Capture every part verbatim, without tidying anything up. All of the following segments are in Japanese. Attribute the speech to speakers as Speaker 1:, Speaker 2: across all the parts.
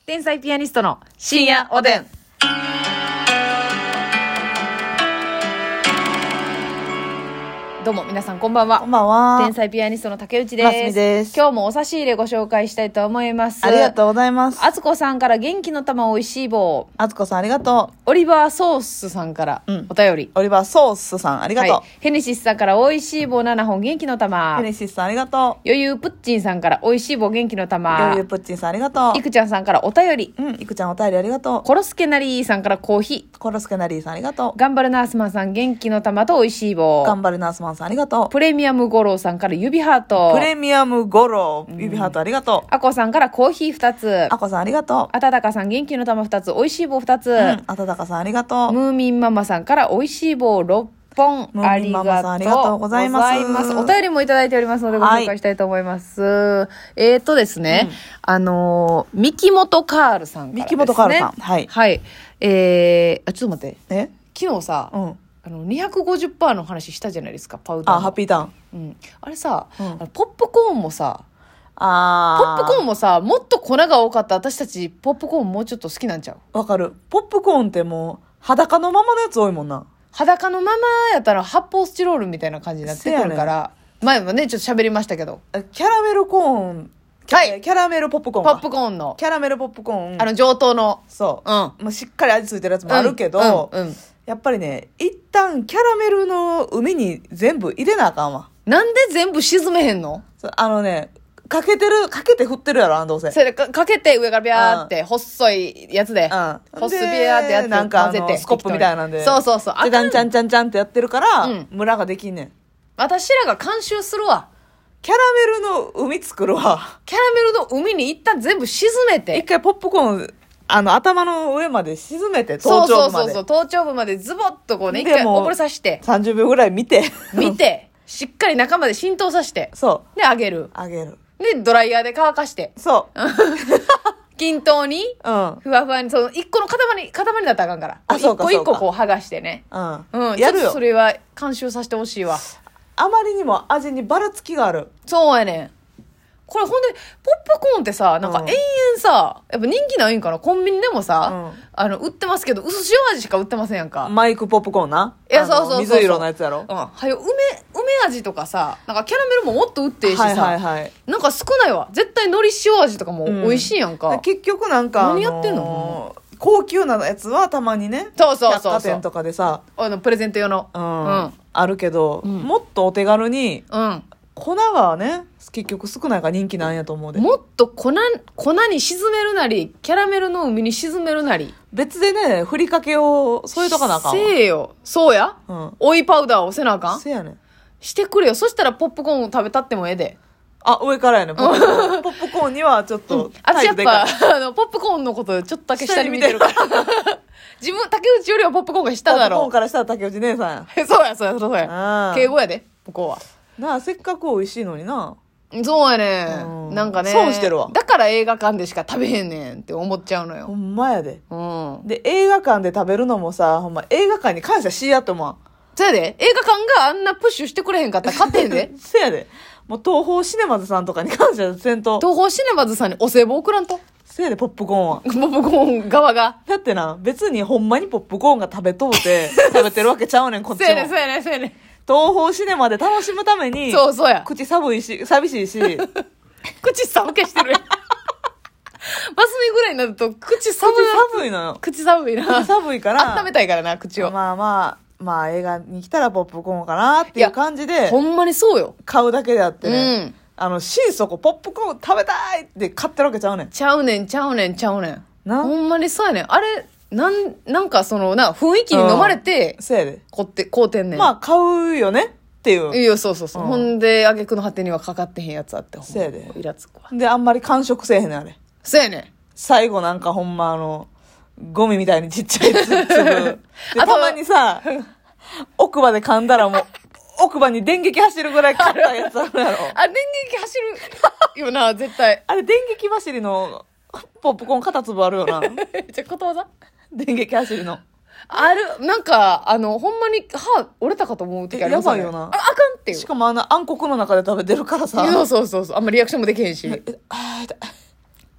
Speaker 1: 天才ピアニストの深夜おでん。どうも皆さんこんばんは。
Speaker 2: こんばんは。
Speaker 1: 天才ピアニストの竹内です。
Speaker 2: ますみです。
Speaker 1: 今日もお差し入れご紹介したいと思います。
Speaker 2: ありがとうございます。
Speaker 1: あつこさんから元気の玉おいしい棒。
Speaker 2: あつこさんありがとう。
Speaker 1: オリバーソースさんから
Speaker 2: うん
Speaker 1: お便り。
Speaker 2: オリバーソースさんありがとう。
Speaker 1: はい、ヘネシスさんからおいしい棒ななほん元気の玉。
Speaker 2: ヘネシスさんありがと
Speaker 1: 余裕プッチンさんからおいしい棒元気の
Speaker 2: う。
Speaker 1: 玉。
Speaker 2: 余裕プッチンさんありがとう。
Speaker 1: いくちゃんさんからお便り。
Speaker 2: うん、いくちゃんお便りありがと
Speaker 1: コロスケナリーさんからコーヒ
Speaker 2: う。コロスケナリーさんありがと
Speaker 1: ー。頑張るナースマンさん元気の玉とおいしい棒。
Speaker 2: う。頑張るナースマンさんありがとう。
Speaker 1: プレミアムゴローさんから指ハート。
Speaker 2: プレミアムゴロー、指ハートありがとう。
Speaker 1: あこさんからコーヒーふたつ。
Speaker 2: あこさんありがと
Speaker 1: あたたかさん元気の玉ふたつ、おいしい棒ふたつ。
Speaker 2: う。うん、あたたかさんありがとう。
Speaker 1: ムーミンママさんからおいしい棒ろっぽん。
Speaker 2: ムーミンママさんありがとうございます
Speaker 1: ありがとうございます。お便りもいただいておりますのでご紹介したいと思います。はい、えーとですね、うん、あのー、三木本カールさんからですね。
Speaker 2: 三木本カールさん。はい。
Speaker 1: はい。えー、あ、ちょっと待って。
Speaker 2: え
Speaker 1: 昨日さ、うん、あの にひゃくごじゅっパーセント の話したじゃないですか、パウダーの。
Speaker 2: あ、ハッピーターン。
Speaker 1: うん。あれさ、うん、あのポップコーンもさ、
Speaker 2: あ
Speaker 1: ポップコーンもさ、もっと粉が多かった私たち、ポップコーンもうちょっと好きなんちゃう？
Speaker 2: わかる。ポップコーンってもう、裸のままのやつ多いもんな。
Speaker 1: 裸のままやったら発泡スチロールみたいな感じになってくるから、ね、前もね、ちょっと喋りましたけど。
Speaker 2: キャラメルコーン、はい、キャラメルポップコーン。
Speaker 1: ポップコーンの。
Speaker 2: キャラメルポップコーン。
Speaker 1: あの、上等の。
Speaker 2: そう。
Speaker 1: うん。
Speaker 2: まあ、しっかり味付いてるやつもあるけど、うんうんうん、やっぱりね、一旦キャラメルの海に全部入れなあかんわ。
Speaker 1: なんで全部沈めへんの？
Speaker 2: あのね、かけてる、かけて振ってるやろ、どうせ。
Speaker 1: それでか、かけて上からビャーって、細いやつで。うん。細いビャーってやって
Speaker 2: なんか混ぜて。スコップみたいなんで。
Speaker 1: そうそうそう。
Speaker 2: あかんちゃんちゃんちゃんってやってるから、うん、ムラができんねん。
Speaker 1: 私らが監修するわ。
Speaker 2: キャラメルの海作るわ。
Speaker 1: キャラメルの海に一旦全部沈めて。
Speaker 2: 一回ポップコーン、あの、頭の上まで沈めて、頭頂部まで。そうそうそう、
Speaker 1: 頭頂部までズボッとこうね、一回おぼれさして。
Speaker 2: さんじゅうびょうぐらい見て。
Speaker 1: 見て、しっかり中まで浸透させて。
Speaker 2: そう。
Speaker 1: で、揚げる。
Speaker 2: 揚げる。
Speaker 1: で、ドライヤーで乾かして。
Speaker 2: そう。
Speaker 1: 均等に、うん。ふわふわに、その、一個の塊、塊だったらあかんから。
Speaker 2: あ、そうか。
Speaker 1: 一個一個こう剥がしてね。
Speaker 2: うん。
Speaker 1: うん。
Speaker 2: やるよ。
Speaker 1: ちょっとそれは監修させてほしいわ。
Speaker 2: あまりにも味にばらつきがある。
Speaker 1: そうやねん。これほんで、ポップコーンってさ、なんか延々さ、やっぱ人気ないんかな？コンビニでもさ、うん、あの、売ってますけど、薄塩味しか売ってませんやんか。
Speaker 2: マイクポップコーンな。
Speaker 1: いや、そうそうそうそう。
Speaker 2: 水色のやつやろ。
Speaker 1: うん。はよ、梅、梅味とかさ、なんかキャラメルももっと売っていいしさ、
Speaker 2: はいはいはい。
Speaker 1: なんか少ないわ。絶対海苔塩味とかも美味しいやんか。
Speaker 2: うん、結局なんか、
Speaker 1: 何やってんの？
Speaker 2: 高級なやつはたまにね、
Speaker 1: そうそうそうそう。
Speaker 2: 百貨店とかでさ、
Speaker 1: あの、プレゼント用の。
Speaker 2: うん。うん、あるけど、うん、もっとお手軽に、うん。粉がね、結局少ないから人気なんやと思うで。
Speaker 1: もっと粉、粉に沈めるなり、キャラメルの海に沈めるなり。
Speaker 2: 別でね、ふりかけを添えとかなあかんわ。
Speaker 1: せえよ。そうや、うん、追いパウダーをせなあかん
Speaker 2: せやねん。
Speaker 1: してくれよ。そしたらポップコーンを食べたってもええで。
Speaker 2: あ、上からやね。ポップコーン。ポップコーンにはちょっと、うん。
Speaker 1: 私やっぱ、あの、ポップコーンのことちょっとだけ下に見てるから。自分、竹内よりはポップコーンが下だろ。
Speaker 2: ポップコーンからしたら竹内姉さん
Speaker 1: や。そうや、そうや、そうや。敬語やで、ここは。
Speaker 2: なあ、せっかく美味しいのにな。
Speaker 1: そうやね、うん。なんかね。
Speaker 2: 損してるわ。
Speaker 1: だから映画館でしか食べへんねんって思っちゃうのよ。
Speaker 2: ほんまやで。
Speaker 1: うん。
Speaker 2: で、映画館で食べるのもさ、ほんま映画館に感謝しやって思わん。
Speaker 1: そうやで。映画館があんなプッシュしてくれへんかったら勝てへんで。
Speaker 2: せやで。もう東宝シネマズさんとかに感謝せんと。
Speaker 1: 東宝シネマズさんにお歳暮送らんと。
Speaker 2: せやで、ポップコーンは。
Speaker 1: ポップコーン側が。
Speaker 2: だってな、別にほんまにポップコーンが食べとうて、食べてるわけちゃうねん、こっちも。
Speaker 1: そうやねん、そうやねん、そうやねん。
Speaker 2: 東宝シネマで楽しむために、
Speaker 1: そうそうや。
Speaker 2: 口寒いし、寂しいし。
Speaker 1: 口寒気してるやん。マスミぐらいになると、口寒い。
Speaker 2: 口寒いのよ。
Speaker 1: 口寒いな。
Speaker 2: 口寒いから。
Speaker 1: 温めたいからな、口を。
Speaker 2: まあまあ、まあ映画に来たらポップコーンかなっていう感じで。
Speaker 1: ほんまにそうよ。
Speaker 2: 買うだけであってね。
Speaker 1: うん。
Speaker 2: あの、心底ポップコーン食べたいって買ってるわけちゃうねん。
Speaker 1: ちゃうねん、ちゃうねん、ちゃうねん。
Speaker 2: な。
Speaker 1: ほんまにそうやねん。あれ、なん、なんかその、な、雰囲気に飲まれて、
Speaker 2: そうやで。
Speaker 1: こって、こうてんねん。
Speaker 2: まあ、買うよねっていう。
Speaker 1: いや、そうそうそう。うん、ほんで、挙句の果てにはかかってへんやつあって、
Speaker 2: そうやで。
Speaker 1: イラつくわ。
Speaker 2: で、あんまり完食せえへんねん、あれ。
Speaker 1: そうやねん。
Speaker 2: 最後なんかほんまあの、ゴミみたいにちっちゃいつぶ。で、たまにさ、奥歯で噛んだらもう、奥歯に電撃走るぐらい買ったやつあるやろ。
Speaker 1: あ、電撃走るよな、絶対。
Speaker 2: あれ、電撃走りのポップコーン片粒あるよな。
Speaker 1: じゃ、ことわざ
Speaker 2: 電撃走りの。
Speaker 1: ある、なんか、あの、ほんまに歯折れたかと思う時あります
Speaker 2: よね。やばいよな。
Speaker 1: あ、あかんっていう。
Speaker 2: しかもあの暗黒の中で食べてるからさ。
Speaker 1: そうそうそうそう。あんまリアクションもできへんし。
Speaker 2: あー、痛い。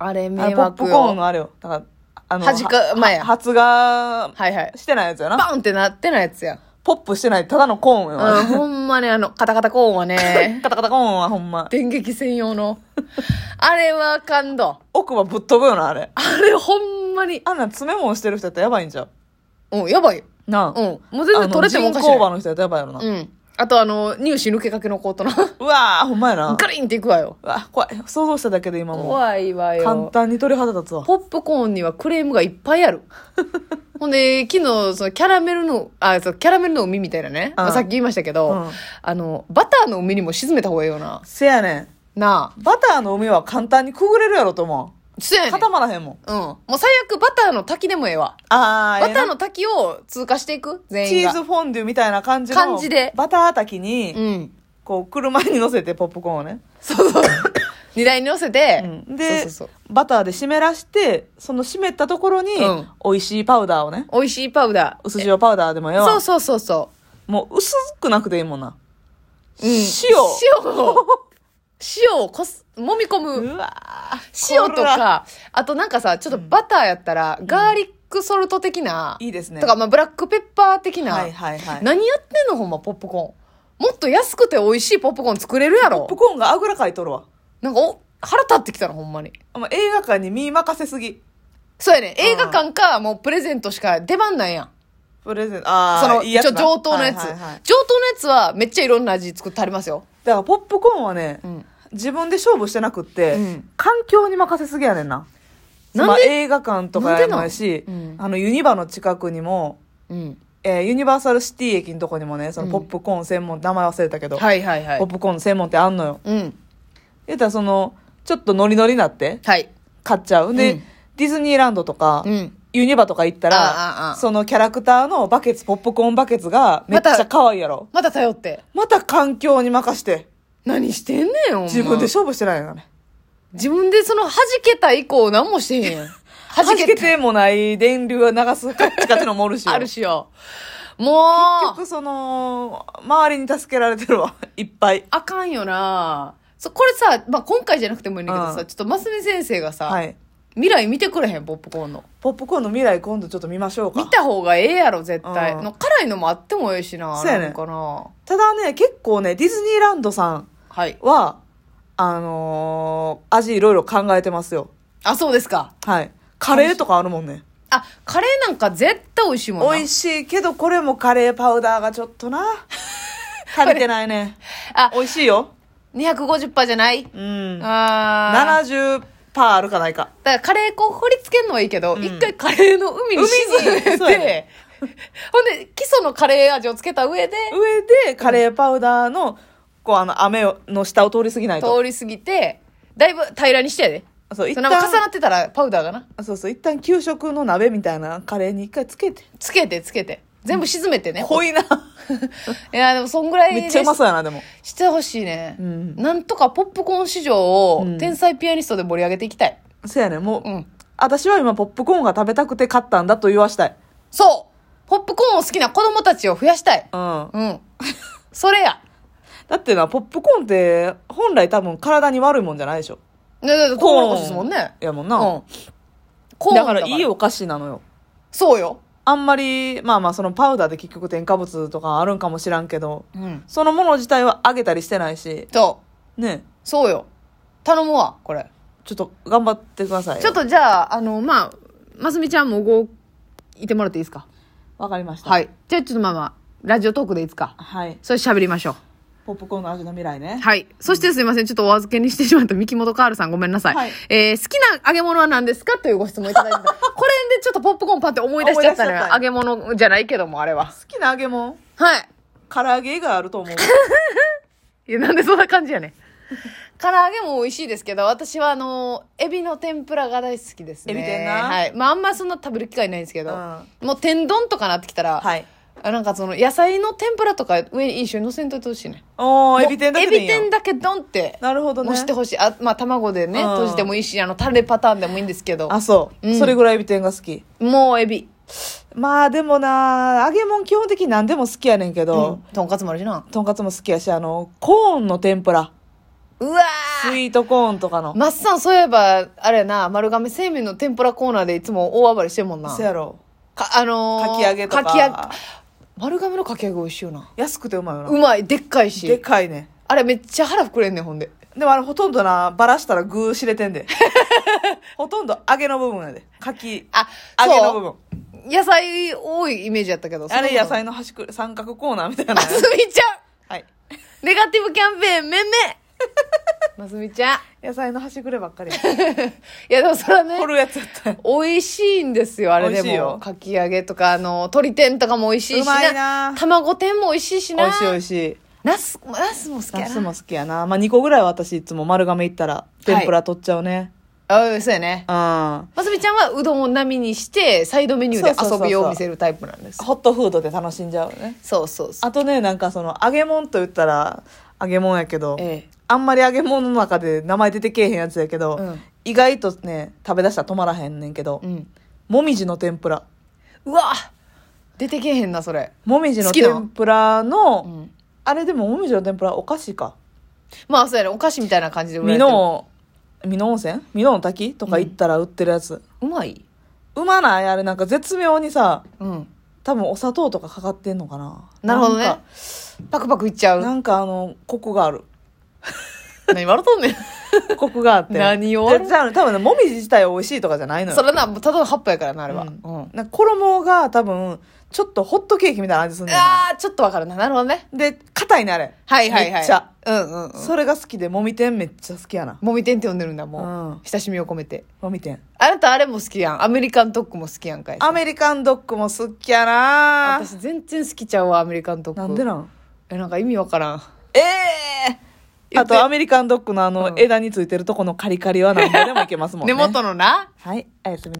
Speaker 1: あれ
Speaker 2: あ
Speaker 1: 迷惑よ。
Speaker 2: のポップコーンのあれよ。だから、あの、
Speaker 1: 端か前や
Speaker 2: は発芽
Speaker 1: はいはい。
Speaker 2: してないやつやな。
Speaker 1: バンってなってないやつや。
Speaker 2: ポップしてない、ただのコーンよ。
Speaker 1: うん、ほんまね、あの、カタカタコーンはね、
Speaker 2: カタカタコーンはほんま。
Speaker 1: 電撃専用の。あれは感動。
Speaker 2: 奥はぶっ飛ぶよな、あれ。
Speaker 1: あれほんまに。
Speaker 2: あんなん詰め物してる人やったらやばいんちゃう？
Speaker 1: うん、やばい。
Speaker 2: なあ。
Speaker 1: うん。もう全然取れてもおかしい。
Speaker 2: あの人工場の人やったらやばいやろな。
Speaker 1: うん。あとあの、乳歯抜けかけのコートな。
Speaker 2: うわぁ、ほんまやな。
Speaker 1: ガリンっていくわよ。
Speaker 2: うわ、怖い。想像しただけで今もう。
Speaker 1: 怖いわよ。
Speaker 2: 簡単に鳥肌立つわ。
Speaker 1: ポップコーンにはクレームがいっぱいある。ほんで、昨日、そのキャラメルの、あ、そう、キャラメルの海みたいなね。まあ、さっき言いましたけど、
Speaker 2: うん
Speaker 1: あの、バターの海にも沈めた方がいいよな。
Speaker 2: せやねん。
Speaker 1: なあ。
Speaker 2: バターの海は簡単にくぐれるやろと思う。
Speaker 1: そうやねん。
Speaker 2: 固まらへんもん。
Speaker 1: うん。もう最悪バターの滝でもええわ。
Speaker 2: あー、
Speaker 1: バター
Speaker 2: え
Speaker 1: の滝を通過していく全
Speaker 2: チ
Speaker 1: 員が。
Speaker 2: ーズフォンデュみたいな感じの。
Speaker 1: 感じで
Speaker 2: バター炊きに、
Speaker 1: うん。
Speaker 2: こう、車に乗せてポップコーンをね。
Speaker 1: そうそう。荷台に乗せて、
Speaker 2: うんで
Speaker 1: そうそうそう。
Speaker 2: バターで湿らして、その湿ったところに、
Speaker 1: うん
Speaker 2: 美味しいパウダーをね。
Speaker 1: 美味しいパウダー。
Speaker 2: 薄塩パウダーでもええわ。
Speaker 1: そうそうそうそ
Speaker 2: もう薄くなくていいもんな。
Speaker 1: う。うん。
Speaker 2: 塩。
Speaker 1: 塩を、塩をこす、揉み込む。
Speaker 2: うわー
Speaker 1: 塩と
Speaker 2: こら
Speaker 1: か、あとなんかさ、ちょっとバターやったら、ガーリックソルト的な、
Speaker 2: いいですね。
Speaker 1: とか、まあ、ブラックペッパー的な、
Speaker 2: はいはいはい。
Speaker 1: 何やってんのほんま、ポップコーン。もっと安くて美味しいポップコーン作れるやろ
Speaker 2: ポップ。コーンがあぐらかいとるわ。
Speaker 1: なんか、お、腹立ってきたの、ほんまに。
Speaker 2: まあ映画館に身任せすぎ。
Speaker 1: そうやね。映画館か、もうプレゼントしか出番ないやん。
Speaker 2: プレゼント、ああ、
Speaker 1: その、
Speaker 2: いいやつな
Speaker 1: ちょ上等のやつ、
Speaker 2: はいはいはい
Speaker 1: 上等のやつは、めっちゃいろんな味作ってありますよ。
Speaker 2: だからポップコーンはね、
Speaker 1: うん。
Speaker 2: 自分で勝負してなくって、
Speaker 1: うん
Speaker 2: 環境に任せすぎやねんな。
Speaker 1: なんで
Speaker 2: まあ映画館とかや
Speaker 1: なんでなん
Speaker 2: もやし、
Speaker 1: うん
Speaker 2: あのユニバの近くにも、
Speaker 1: うん。
Speaker 2: えーユニバーサルシティ駅のとこにもね、その
Speaker 1: うん
Speaker 2: ポップコーン専門、名前忘れたけど、
Speaker 1: はいはいはい
Speaker 2: ポッ。プコーン専門ってあんのよ。
Speaker 1: うん。
Speaker 2: 言ったらその、ちょっとノリノリになって
Speaker 1: はい。
Speaker 2: 買っちゃう。で、
Speaker 1: うん
Speaker 2: ディズニーランドとか、
Speaker 1: うん。
Speaker 2: ユニバとか行ったら、
Speaker 1: ああああ
Speaker 2: そのキャラクターのバケツ、ポップコーンバケツがめっちゃ可愛いやろ。
Speaker 1: また頼って。
Speaker 2: また環境に任して、
Speaker 1: 何してんねん、お前。
Speaker 2: 自分で勝負してないよね。
Speaker 1: 自分でその弾けた以降何もしてへんやん。
Speaker 2: 弾けてもない電流を流すカッチカチのもおるしよ。
Speaker 1: あるしよ。もう、
Speaker 2: 結局その、周りに助けられてるわ。いっぱい。
Speaker 1: あかんよな。そこれさ、まあ、今回じゃなくてもいいんだけどさ、
Speaker 2: うん
Speaker 1: ちょっとますみ先生がさ、
Speaker 2: はい。
Speaker 1: 未来見てくれへん、ポップコーンの。
Speaker 2: ポップコーンの未来今度ちょっと見ましょうか。
Speaker 1: 見た方がええやろ、絶対。
Speaker 2: うん
Speaker 1: の辛いのもあってもええしな。
Speaker 2: そうやね
Speaker 1: なんかな。
Speaker 2: ただね、結構ね、ディズニーランドさん
Speaker 1: はい。
Speaker 2: は、あのー味いろいろ考えてますよ。
Speaker 1: あ、そうですか。
Speaker 2: はい。カレーとかあるもんね。
Speaker 1: あ、カレーなんか絶対美味しいもんな。
Speaker 2: 美味しいけど、これもカレーパウダーがちょっとな。足りてないね。
Speaker 1: あ、
Speaker 2: 美味しいよ。
Speaker 1: にひゃくごじゅっパーセントじゃない
Speaker 2: うん。
Speaker 1: あー。
Speaker 2: ななじゅっパーセントあるかないか。
Speaker 1: だからカレー粉振り付けるのはいいけど、
Speaker 2: うん
Speaker 1: 一回カレーの海に沈め
Speaker 2: 海にそうや
Speaker 1: て
Speaker 2: ね、
Speaker 1: ほんで、基礎のカレー味をつけた上で、
Speaker 2: 上でカレーパウダーの、こうあの、雨の下を通り過ぎないと。
Speaker 1: 通り過ぎて、だいぶ平らにしてやで。
Speaker 2: そう、一
Speaker 1: そのなんか重な
Speaker 2: 旦、
Speaker 1: ってたらパウダーがな。
Speaker 2: そうそう、一旦給食の鍋みたいなカレーに一回つけて。
Speaker 1: つけてつけて。全部沈めてね。
Speaker 2: 濃いな。
Speaker 1: いや、でもそんぐらい
Speaker 2: めっちゃうまそうやな、でも。
Speaker 1: してほしいね。
Speaker 2: うん
Speaker 1: なんとかポップコーン市場を
Speaker 2: うん
Speaker 1: 天才ピアニストで盛り上げていきたい。
Speaker 2: そうやね、もう、
Speaker 1: うん。
Speaker 2: 私は今ポップコーンが食べたくて買ったんだと言わしたい。
Speaker 1: そうポップコーンを好きな子供たちを増やしたい。
Speaker 2: うん。
Speaker 1: うん。それや。
Speaker 2: だってな、ポップコーンって、本来多分体に悪いもんじゃないでしょ。
Speaker 1: ねだってトウモロコシですもんね。
Speaker 2: やもんな。
Speaker 1: うん。コーン
Speaker 2: だからいいお菓子なのよ。
Speaker 1: そうよ。
Speaker 2: あんまり、まあまあそのパウダーで結局添加物とかあるんかもしらんけど、
Speaker 1: うん。
Speaker 2: そのもの自体は揚げたりしてないし、
Speaker 1: そう。
Speaker 2: ね、
Speaker 1: そうよ。頼むわ、これ。
Speaker 2: ちょっと頑張ってくださいよ。
Speaker 1: ちょっとじゃあ、あの、まあ、ますみちゃんもご、いてもらっていいですか？
Speaker 2: わかりました。。
Speaker 1: はいい。じゃあちょっとまあまあ、ラジオトークでいいですか？
Speaker 2: はい。
Speaker 1: それ喋りましょう。
Speaker 2: ポップコーンの味の未来ね。
Speaker 1: はい。そしてすいません。ちょっとお預けにしてしまった三木本カールさんごめんなさい。
Speaker 2: はい
Speaker 1: えー、好きな揚げ物は何ですかというご質問いただいてた。これでちょっとポップコーンパンって思い出しちゃったのよ。
Speaker 2: 思い出しちゃった
Speaker 1: 揚げ物じゃないけども、あれは。
Speaker 2: 好きな揚げ物
Speaker 1: はい。
Speaker 2: 唐揚げがあると思う。
Speaker 1: いや、なんでそんな感じやねん。唐揚げも美味しいですけど、私はあの、エビの天ぷらが大好きですね。
Speaker 2: エビ天な
Speaker 1: はい。まああんまそんな食べる機会ないんですけど、
Speaker 2: う
Speaker 1: もう天丼とかなってきたら、
Speaker 2: はい。
Speaker 1: あなんかその野菜の天ぷらとか上に一緒に乗せんといてほしいね。
Speaker 2: おー、エビ天だけでいいんや
Speaker 1: エビ天だけドンって。
Speaker 2: なるほどね。
Speaker 1: もしてほしい。あ、まあ卵でね、
Speaker 2: うん
Speaker 1: 閉じてもいいし、あの、タレパターンでもいいんですけど。
Speaker 2: あ、そう、
Speaker 1: うん
Speaker 2: それぐらいエビ天が好き。
Speaker 1: もうエビ。
Speaker 2: まあでもな、揚げ物基本的に何でも好きやねんけど、
Speaker 1: うん。とんかつもあるしな。
Speaker 2: とんかつも好きやし、あの、コーンの天ぷら。
Speaker 1: うわ
Speaker 2: スイートコーンとかの。
Speaker 1: マッサンそういえば、あれやな、丸亀製麺の天ぷらコーナーでいつも大暴れしてるもんな。
Speaker 2: そうやろ。
Speaker 1: か、あのー、
Speaker 2: かき揚げとか。
Speaker 1: かき揚げ。丸亀のかき揚げ美味しいよな。
Speaker 2: 安くてうまいよな。
Speaker 1: うまい、でっかいし。
Speaker 2: でかいね。
Speaker 1: あれめっちゃ腹膨れんねん、ほんで。
Speaker 2: でもあれほとんどな、ばらしたら具知れてんで。ほとんど揚げの部分やで。かき、
Speaker 1: あ、
Speaker 2: 揚げの部分。
Speaker 1: 野菜多いイメージやったけど。
Speaker 2: あれ野菜
Speaker 1: の。
Speaker 2: の端くれ、三角コーナーみたいな。
Speaker 1: ますみちゃん
Speaker 2: はい。
Speaker 1: ネガティブキャンペーン、めんめますみちゃん。
Speaker 2: 野菜の端くればっかり。
Speaker 1: いやでもそれはね
Speaker 2: 掘、るやつやったよ。
Speaker 1: 美味しいんですよ、あれでも。
Speaker 2: 美味しいよ
Speaker 1: かき揚げとか、あの、鶏天とかも美味しいし
Speaker 2: うまいな
Speaker 1: 卵天も美味しいしな。
Speaker 2: 美味しい美味しい。
Speaker 1: ナス、ナスも好きやな。
Speaker 2: ナスも好きやな。まあ、にこぐらいは私いつも丸亀行ったら天ぷら取っちゃうね。
Speaker 1: あ、そうやね。
Speaker 2: うん。
Speaker 1: ますみちゃんはうどんを並みにして、サイドメニューで遊びを見せるタイプなんです。
Speaker 2: ホットフードで楽しんじゃうね。
Speaker 1: そうそうそう。
Speaker 2: あとね、なんかその揚げ物と言ったら揚げ物やけど、
Speaker 1: ええ。
Speaker 2: あんまり揚げ物の中で名前出てけえへんやつやけど、
Speaker 1: うん
Speaker 2: 意外とね、食べ出したら止まらへんねんけど、
Speaker 1: うん。
Speaker 2: もみじの天ぷら。
Speaker 1: うわ出てけえへんな、それ。
Speaker 2: もみじの
Speaker 1: 好きな
Speaker 2: 天ぷらの、
Speaker 1: うん。
Speaker 2: あれでももみじの天ぷらお菓子か。
Speaker 1: まあ、そうやね。お菓子みたいな感じで売られ
Speaker 2: 美
Speaker 1: てる。
Speaker 2: 濃、美濃温泉美濃の滝とか行ったら売ってるやつ。
Speaker 1: うまい。
Speaker 2: うまないあれなんか絶妙にさ、
Speaker 1: うん。
Speaker 2: 多分お砂糖とかかかってんのかな。
Speaker 1: なるほどね
Speaker 2: なんか。
Speaker 1: パクパクいっちゃう。
Speaker 2: なんかあの、コクがある。
Speaker 1: 何笑っとんねん。
Speaker 2: コクがあって。
Speaker 1: 何を
Speaker 2: でじゃあ多分ね、もみじ自体は美味しいとかじゃないのよ。
Speaker 1: それな、ただの葉っぱやからな、あれは。
Speaker 2: う
Speaker 1: うんん。
Speaker 2: なんか衣が多分、ちょっとホットケーキみたいな味すんねんな。
Speaker 1: あー、ちょっとわかるな。なるほどね。
Speaker 2: で、硬いね、あれ。
Speaker 1: はいはいはい。
Speaker 2: めっちゃ。
Speaker 1: うんうんうん。
Speaker 2: それが好きで、もみ天めっちゃ好きやな。
Speaker 1: もみ天って呼んでるんだ、もう。
Speaker 2: うん
Speaker 1: 親しみを込めて。
Speaker 2: もみ天。
Speaker 1: あなたあれも好きやん。アメリカンドッグも好きやんかい。
Speaker 2: アメリカンドッグも好きやな。
Speaker 1: 私全然好きちゃうわ、アメリカンドッグ。
Speaker 2: なんでなん
Speaker 1: え、なんか意味わからん。
Speaker 2: ええー
Speaker 1: 言って
Speaker 2: あと、アメリカンドッグのあの、
Speaker 1: うん
Speaker 2: 枝についてるとこのカリカリは何ぼでもいけますもんね。
Speaker 1: 根元のな。
Speaker 2: はい、おやすみ。